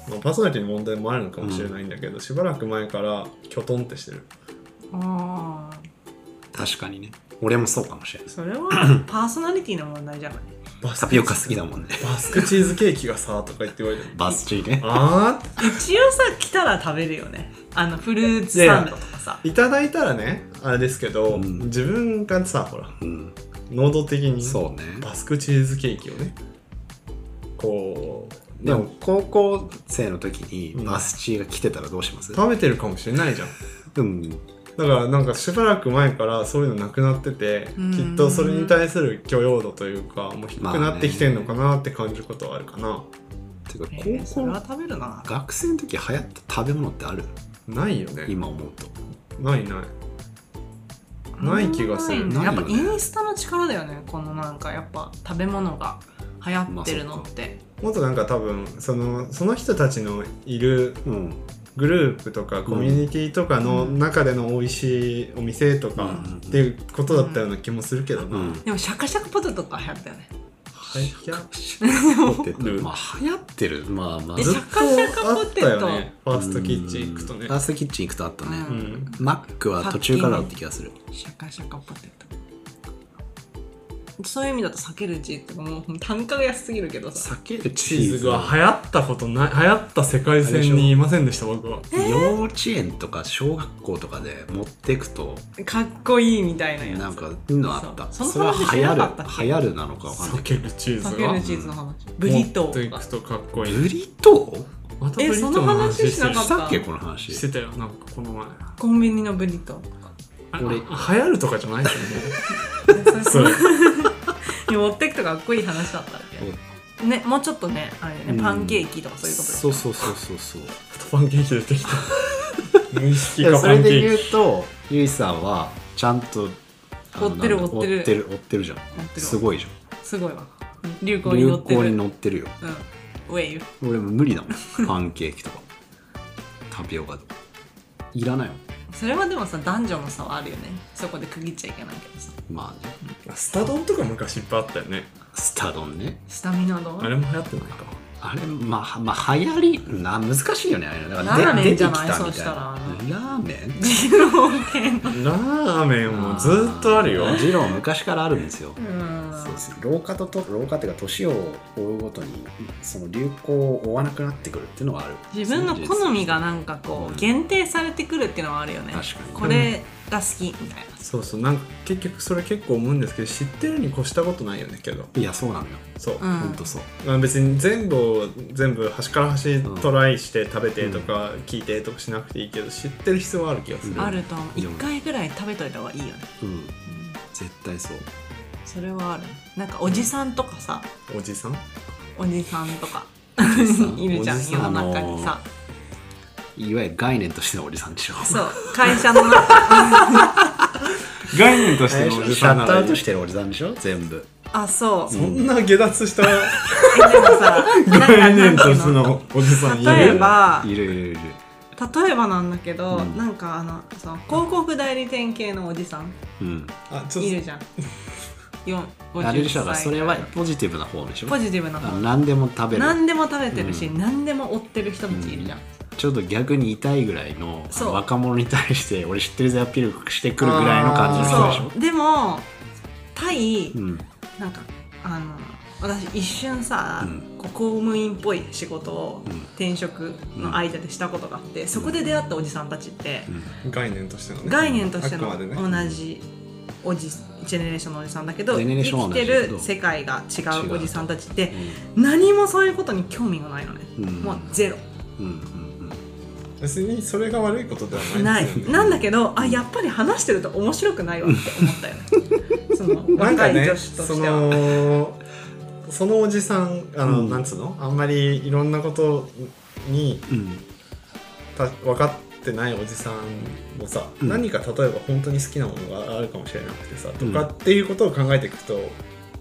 まあ、パーソナリティの問題もあるのかもしれないんだけど、うん、しばらく前からキョトンってしてる。 あ確かにね、俺もそうかもしれない。 それはパーソナリティの問題じゃないタピオカ好きだもんね。 バスクチーズケーキがさとか言って言われてる。 バスチーね。 あー一応さ来たら食べるよね、あのフルーツサンドとかさ。 いただいたらねあれですけど、うん、自分がさほら、うん、能動的にそうねバスクチーズケーキをねこうでも高校生の時にバスチーが来てたらどうします？ 食べてるかもしれないじゃん。うんだからなんかしばらく前からそういうのなくなってて、きっとそれに対する許容度というかもう低くなってきてんのかなって感じることはあるかな、まあてか高校、 えー、それは食べるな。 学生の時流行った食べ物ってある？ ないよね今思うと。 ないないない気がする、 ね、やっぱインスタの力だよね、このなんかやっぱ食べ物が流行ってるのって、 まあ、もっとなんか多分そのその人たちのいる、うんグループとかコミュニティとかの中での美味しいお店とかっていうことだったような気もするけどな、うんうん、 でもシャカシャカポテトとか流行ったよね。 シャカシャカポテトまあ流行ってるまあまあずっとあったよね。ファーストキッチン行くとね、 ファーストキッチン行くとあったね、 うん、 マックは途中からだって気がする。 シャカシャカポテトそういう意味だと避けるチーズとかもう単価が安すぎるけどさ、 避けるチーズが流行ったことない、流行った世界線にいませんでした僕は。 幼稚園とか小学校とかで持っていくとかっこいいみたいなやつなんかいうのあった。 そ, そ, それは流行る流行るなのかわかんない。 避けるチーズが避けるチーズの話、ブリトー持っていくとかっこいい。 ブリトーまたブリトーの話してる。 したっけこの話してたよなんかこの前コンビニのブリトーとか。 俺流行るとかじゃないですよねそれ持っていくとかっこいい話だったんだけどね。もうちょっとねあれね、うん、パンケーキとかそういうことですそうそうそうそうそうパンケーキ出てきた無意識化パンケーキ。 それで言うとゆいさんはちゃんと追ってる追ってる追ってる追ってるじゃん。すごいじゃん。 すごいわ。流行に乗ってる。 流行に乗ってるよ、 うん、ウェイ俺も無理だもんパンケーキとかタピオカとかいらないよ。 それはでもさ男女の差はあるよね。そこで区切っちゃいけないけどさ。 まあね、 スタ丼とか昔いっぱいあったよね。 スタ丼ね。 スタミナ丼あれも流行ってないか。 あれまあまあ流行りな難しいよねあれ。だからラーメンじゃないそうしたらラーメン二郎系のラーメンもずっとあるよ。 二郎昔からあるんですよ。 うんそうです。老化とと老化っていうか年を追うごとにその流行を追わなくなってくるっていうのはある。 自分の好みがなんかこう、うん、限定されてくるっていうのはあるよね。 確かにこれが好きみたいな、 うん、そうそうなんか結局それ結構思うんですけど知ってるに越したことないよねけど。 いやそうなのよ。 そう、 うん、 ほんとそう。 まあ、別に全部を全部端から端トライして食べてとか聞いてとかしなくていいけど知ってる必要はある気がする。 あるといっかいぐらい食べといた方がいいよね。 うん、うん、絶対そう。 それはある。なんかおじさんとかさ、 おじさんおじさんとかいるじゃん世の中にさ、 いわゆる概念としてのおじさんでしょ。 そう会社の中概念としてのおじさんならシャットアウトしてるおじさんでしょ全部。 あそう、 そんな下脱したえでもさ概念としてのおじさんいる。 例えばいるいるいる。 例えばなんだけど、うん、なんかあのその広告代理店系のおじさん、 うん、 あちょっといるじゃん。 あれでしょ。それはポジティブな方でしょ。 ポジティブな方。 何でも食べる。 何でも食べてるし、うん、何でも追ってる人たちいるじゃん。うん、 ちょっと逆に痛いぐらいの若者に対して俺知ってるぜアピールしてくるぐらいの感じの人でしょ。 そうでも対、うん、なんかあの私一瞬さ、うん、こう公務員っぽい仕事を転職の間でしたことがあって、うん、そこで出会ったおじさんたちって、 うん、概念としてのね概念としての同じおじジェネレーションのおじさんだけど生きてる世界が違うおじさんたちって、うん、何もそういうことに興味がないのね、うん、もうゼロ、うんうんうん、 別にそれが悪いことではないですよね。 ないなんだけどあやっぱり話してると面白くないわって思ったよねその若い女子としては、 ね、そ, そのおじさんあの、うん、なんつうのあんまりいろんなことに、うん、た分かってないおじさんもさ、うん、何か例えば本当に好きなものがあるかもしれなくてさ、うん、とかっていうことを考えていくと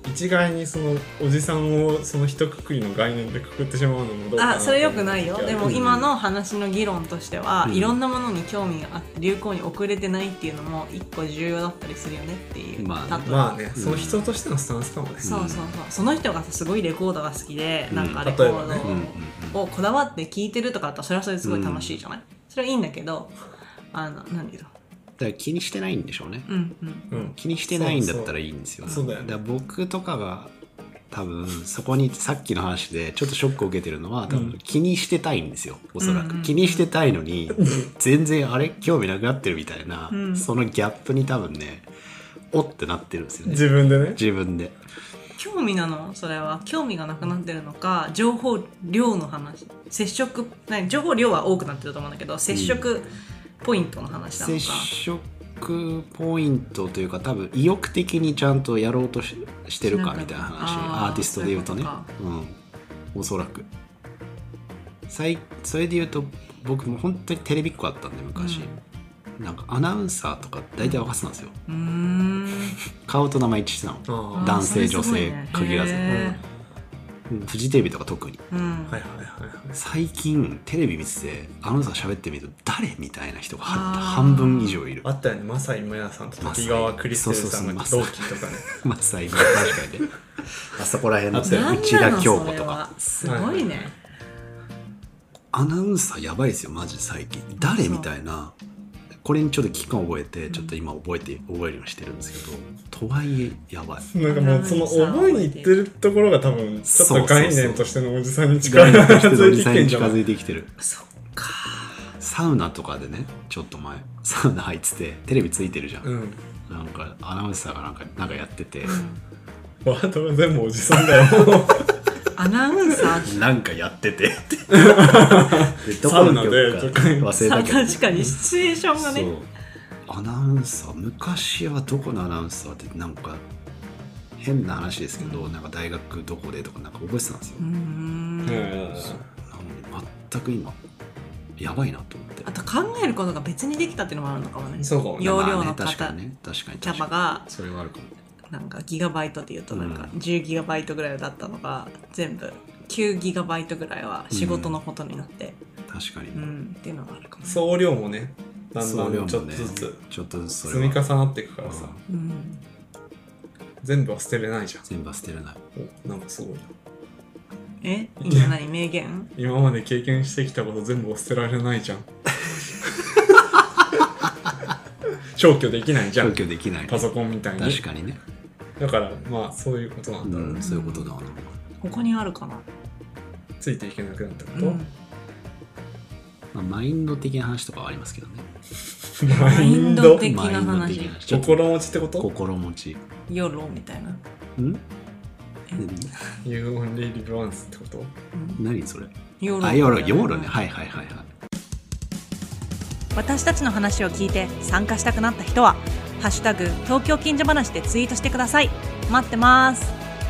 一概にそのおじさんをその一括りの概念でくくってしまうのもどうかなあ、それよくないよ。でも今の話の議論としては、 うん、 いろんなものに興味があって流行に遅れてないっていうのも一個重要だったりするよねっていう。 まあ、 例えばまあね、その人としてのスタンスかもね、 そうそうそう、その人がすごいレコードが好きで、うん、なんかレコ例えばねードをこだわって聴いてるとかだったらそれはそれですごい楽しいじゃない、うん、それはいいんだけど、あの何だろう、 だから気にしてないんでしょうね、 うんうんうん、 気にしてないんだったらいいんですよ。 そうそうそうだよね。 だから僕とかが多分そこにさっきの話でちょっとショックを受けてるのは、多分気にしてたいんですよ、おそらく、うんうん、気にしてたいのに全然あれ興味なくなってるみたいな、うん、そのギャップに多分ねおってなってるんですよね、 自分でね。 自分で興味なの、それは興味がなくなってるのか、情報量の話、接触、情報量は多くなってると思うんだけど、接触ポイントの話なのか、 接触ポイントというか、多分意欲的にちゃんとやろうと し, してるかみたいな話、アーティストで言うとね、ううん、おそらくそれで言うと僕も本当にテレビっ子だったんで昔、うん、なんかアナウンサーとか大体分かってたんですよ、うん、うーん顔と名前一致してたの、男性女性限らず、フジテレビとか特に、うん、はいはいはいはい、最近テレビ見ててアナウンサー喋ってみると誰みたいな人が半分以上いる。 あったよね、マサイマヤさんと滝川クリステルさんが同期とかね。 マサイマヤ確かにねあそこら辺の内田恭子とかすごいね、 アナウンサーやばいですよマジ最近。誰みたいな、これにちょっと危機感を覚えて、ちょっと今覚えて覚えるようにしてるんですけど、とはいえやばい。 なんかもうその覚えにいってるところが多分ちょっと概念としてのおじさんに近づいてきてんじゃん。 近づいてきてる。 そっか。 サウナとかでね、ちょっと前サウナ入っててテレビついてるじゃん。うん、なんかアナウンサーがなんかなんかやってて、 うん、ワードが全部おじさんだよ。 アナウンサーなんかやっててサウナで忘れたけど、 確かにシチュエーションがね。そうアナウンサー、昔はどこのアナウンサーってなんか変な話ですけど、うん、なんか大学どこでとかなんか覚えてたんですよ。うーん、全く今やばいなと思って。 あと考えることが別にできたっていうのもあるのかもね。 そうかもね。 容量の方、 まあね、確かにね、確かにキャパがそれはあるかも。 なんかギガバイトでいうとなんかじゅうギガバイトぐらいだったのが、全部きゅうギガバイトぐらいは仕事のことになって、 うん、確かに、 うん、っていうのがあるかも、ね、 総量もねだんだんちょっとずつ、ね、 ちょっとずつ積み重なっていくからさ、 うん、 全部は捨てれないじゃん。 全部は捨てれない。 お、なんかすごいな。 え、今何名言今まで経験してきたこと全部は捨てられないじゃん。消去できないじゃん。 消去できない、ね、 パソコンみたいに。 確かにね。 だからまあそういうことなんだろうね、 うん、そういうことだな。 他にあるかな。 ついていけなくなったこと、うんまあ、マインド的な話とかはありますけどね。 マインド的な話。 心持ちってこと？ 心持ち。 ヨロみたいな。 ん You only live once ってこと？ 何それ？ ヨロ。 あ、ヨロ、ヨロね。はいはいはいはい。 私たちの話を聞いて参加したくなった人はハッシュタグ東京近所話でツイートしてください。待ってます。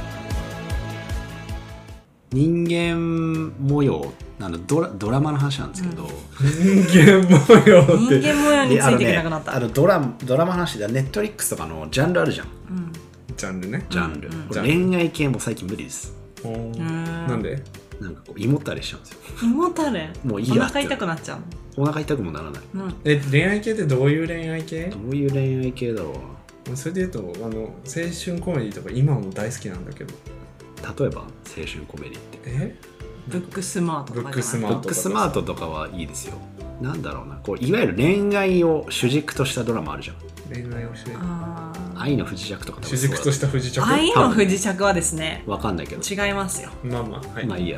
人間模様あの ド, ラドラマの話なんですけど、うん、 人間模様って人間模様についていけなくなった。 あの、ね、ド, ラドラマの話でネットリックスとかのジャンルあるじゃん、うん、 ジャンルねジャンル、うんうん、これ恋愛系も最近無理です。 なんで？ なんかこう胃もたれしちゃうんですよ。 胃もたれ？ もういいや。 お腹痛くなっちゃう。 お腹痛くもならない、 うん、え恋愛系ってどういう恋愛系？ どういう恋愛系だろうな。 それで言うとあの青春コメディとか今も大好きなんだけど。 例えば青春コメディってえブックスマートとかブックスマートとかブックスマートとかはいいですよ。なんだろうな、こういわゆる恋愛を主軸としたドラマあるじゃん。 恋愛を主軸、 愛の不時着とか主軸とした不時着。 愛の不時着はですね、 わかんないけど違いますよ。 まあまあ、はい、 まあいいや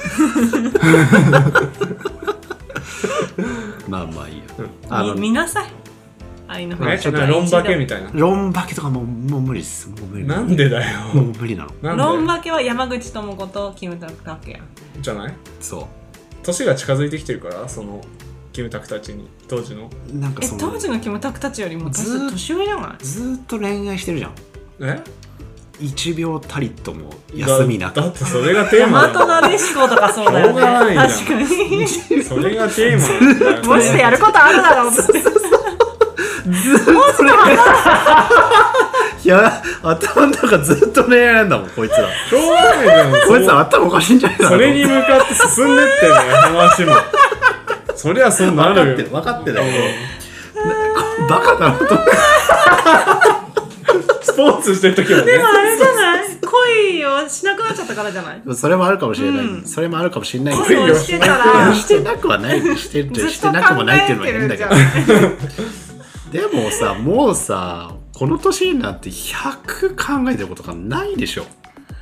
まあまあいいや、うん、 あの見なさい。愛の不時着。 ロンバケみたいな。 ロンバケとかもうもう無理です。もう無理。 なんでだよ。 もう無理なの。 ロンバケは山口智子とキムタクだけやんじゃない？ そう。 年が近づいてきてるからそのキムタクたちに当時の。 なんかそのえ当時のキムタクたちよりも年上じゃない？ ずっと恋愛してるじゃん。 え？ 一秒たりとも休みなく。 だってそれがテーマ大和なでしことかそうだよね。 しょうがないじゃん。 確かに。 それがテーマなんだよ。 もしやることあるだろうって。 ずっといや頭の中ずっと恋愛なんだもんこいつら。 しょうがないじゃん。 こいつら頭おかしいんじゃないかな。 それに向かって進んでってんのよ話も。そりゃそうなるよ。 分かってる分かってるけどバカだなと。 スポーツしてる時もね。 でもあれじゃない恋をしなくなっちゃったからじゃないそれもあるかもしれない、 うんそれもあるかもしれない恋をしてたらしてなくはないしてるしてなくもないっていうのはいいんだけどでもさもうさこの年になってひゃく考えてることがないでしょ。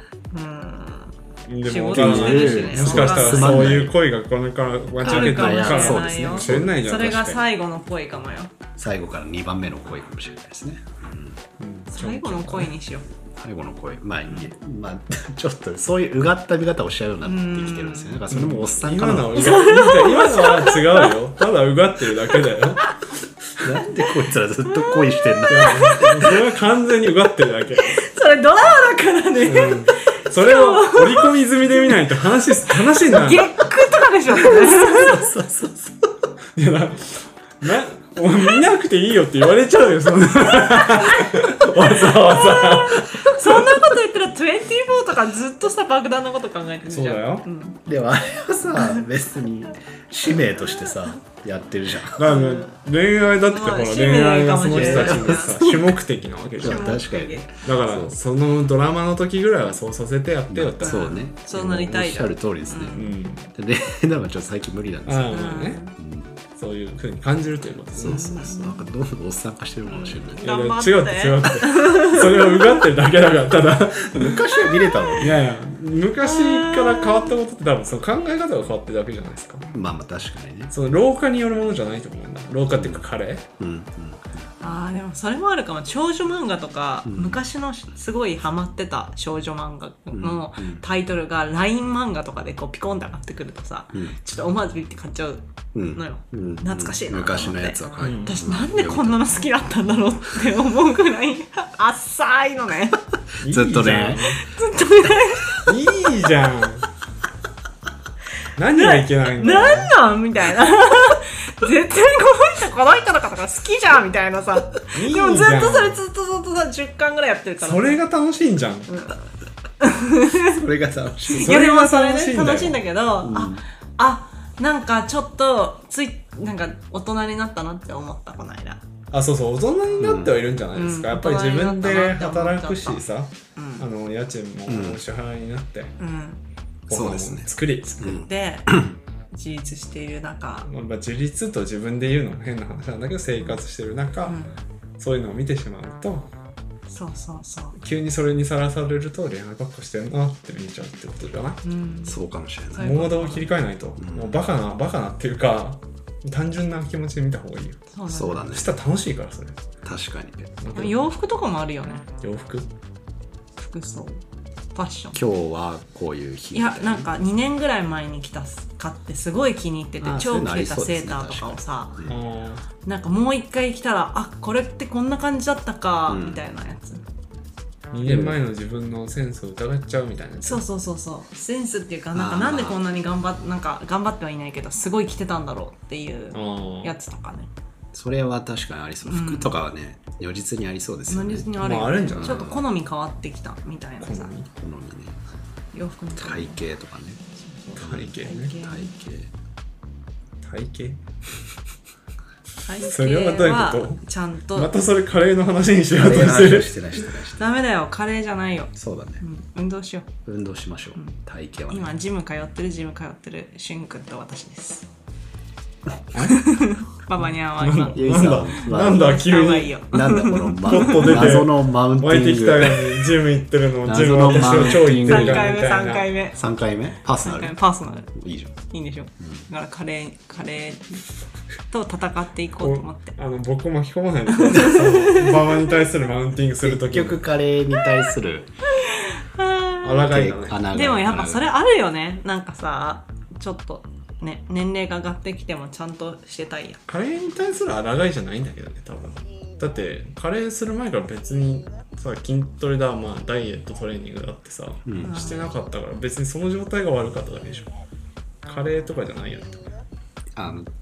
で仕もわかんない事してるしねもしかしたらそういう恋がこれから待ち受けてるかあるかもしれらないよ知れないじゃん。 それが確かに最後の恋かもよ。 最後からにばんめの恋かもしれないですね。 最後の恋にしよう。 最後の恋まあいいまあちょっとそういううがった見方をしちゃうようになってきてるんですよね。だからそれもおっさんかな。 今のはうが今のは違うよ。ただうがってるだけだよ。 なんでこいつらずっと恋してんだ。 それは完全にうがってるだけ。 それドラマだからね。 それを織り込み済みで見ないと話話にならない。 ゲックとかでしょ。 そうそうそういやな、なお前見なくていいよって言われちゃうよ、そんな。わざわざ。 そんなこと言ったらにじゅうよんとかずっとさ爆弾のこと考えてるじゃん。 そうだよんでもあれはさ別に使命としてさやってるじゃん。 だから恋愛だってほら、 まあ恋愛がその人たちのさ主目的なわけじゃん。だ確かにからそのドラマの時ぐらいはそうさせてやってよって。 そうね。 そうなりたいおっしゃる通りですね。 うん。 でなんかちょっと最近無理なんですよ。 ああまあね。そういう風に感じるということですね。 そうそうそう。なんかどんどんおっさん化してるかもしれない。 いやいや頑張って違うって違うって。それはうがってるだけだから、ただ。 昔は見れたのに。 いやいや、昔から変わったことって多分その考え方が変わってるだけじゃないですか。 まあまあ確かにね。 その老化によるものじゃないと思うんだ。老化っていうか加齢。 うんうん。 ああでもそれもあるかも。少女漫画とか、昔のすごいハマってた少女漫画のタイトルが ライン 漫画とかでこうピコンって上がってくるとさ、 んちょっと思わずビッて買っちゃううんのよ、 うん懐かしいなと思って昔のやつははい私なんでこんなの好きだったんだろうって思うぐらい浅いのね。 ずっとね。 いいじゃん。何がいけないんだよ。 なんなんみたいな。絶対この人この人の方が好きじゃんみたいなさ。 いいじゃんでもずっとそれずっとずっとさじゅっかんぐらいやってるから。 それが楽しいんじゃん。 それが楽しい。 いやでもそれね楽しいんだよ楽しいんだけど、ああなんかちょっとついなんか大人になったなって思ったこの間。 あ、そうそう、大人になってはいるんじゃないですか。 うんやっぱり自分で働くし大人になさ、 うんあの家賃もお支払いになって、 うん。 ご飯もそうですね作り、 で自立している中、 まあ、自立と自分で言うのも変な話なんだけど、生活してる中、 うん、 そういうのを見てしまうと、 そうそうそう。 急にそれにさらされると恋愛ばっかしてるなって見えちゃうってことじゃない？ うん。 そうかもしれない。 そういうことモードを切り替えないと、もうバカなバカなっていうか単純な気持ちで見た方がいいよ。 そうだねそうだねそ。したら楽しいからそれ。 確かに。 でも洋服とかもあるよね。 洋服？ 服装、ファッション。 今日はこういう日いやなんかにねんぐらい前に着た買ってすごい気に入っててあそういうのあ超着てたりそうですねセーターとかをさ、 確かあなんかもう一回着たらあこれってこんな感じだったか、 うんみたいなやつ。 あ、にねんまえの自分のセンスを疑っちゃうみたいなやつ。 そうそうそうそうセンスっていうかなんかあーなんでこんなに頑張っなんか頑張ってはいないけどすごい着てたんだろうっていうあやつとかね。 それは確かにありそう。服とかはね、如実にありそうですよね。 何にあるよね、 まああるんじゃないちょっと好み変わってきたみたいなさ好み好みね。 洋服の体型とかね。 体型ね。 体体型。 体型？ 体それはどういう型ことはちゃんと、 またそれカレーの話にしようと体してる。 してないしてないしてない。 ダメだよカレーじゃないよ、 そうだねう。ん、運動しよう。 運動しましょう。体型はね。 今ジム通ってるジム通ってるしゅんくんと私です。ババニャンは今ゆいさんはなんだ急に可愛いよ。 なんだこの、ま、 ポッと出て謎のマウンテ湧いてィング。 きたのにジム行ってるのジム謎の私を超言って 3 るじゃん回目3 みたいな。 回目さんかいめパーソナ 3回目ル。 パーソナルいいじゃん。 いいんでしょ、だからカレーカレーと戦っていこうと思って。 あの僕巻き込まないでください。その馬場に対するマウンティングするとき結局カレーに対する抗いだね。 穴がでもやっぱそれあるよね。なんかさちょっとね年齢が上がってきてもちゃんとしてたいやん。 カレーに対する抗いじゃないんだけどね多分。だってカレーする前から別にさ筋トレだ、まあ、ダイエットトレーニングだってさ、 んしてなかったから別にその状態が悪かっただけでしょ。カレーとかじゃないやん。 あの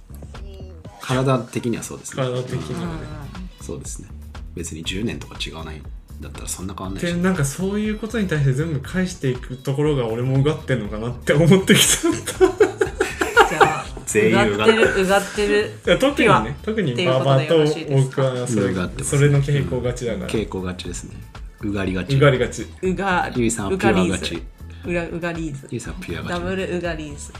体的にはそうですね。 体的にはね。 そうですね。別にじゅうねんとか違わない。 だったらそんな変わんないし、 でなんかそういうことに対して全部返していくところが俺もうがってんのかなって思ってきちゃったじゃあ全員うがってるうがってるいや特にね特に馬場と僕はそれうがってますそれの傾向がちだから、 傾向がちですね。うがりがち。 うがりがち。 うがゆいさんはうピュがりーズアがち。 うがうがりーズゆいさんはピュアがち。 ダブルうがりーズ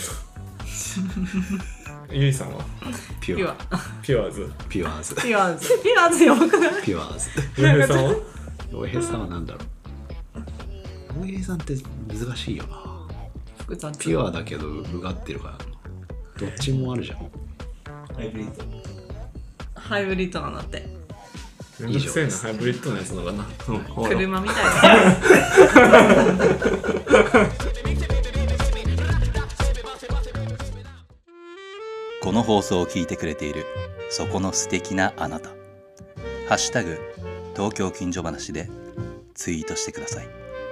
ゆいさんはピュア。 ピュアピュアーズ。 ピュアーズ。 ピュアーズピュアーズやばくないピュアーズ。 ゆうへいさんはおへいさんはなんだろう。おへいさんって難しいよな。 複雑ピュアだけどうがってるから。どっちもあるじゃん。 ハイブリッド。 ハイブリッドなんだってめんどくせえなハイブリッドのやつのかな。うんほら車みたいなこの放送を聞いてくれているそこの素敵なあなた、ハッシュタグ東京近所話でツイートしてください。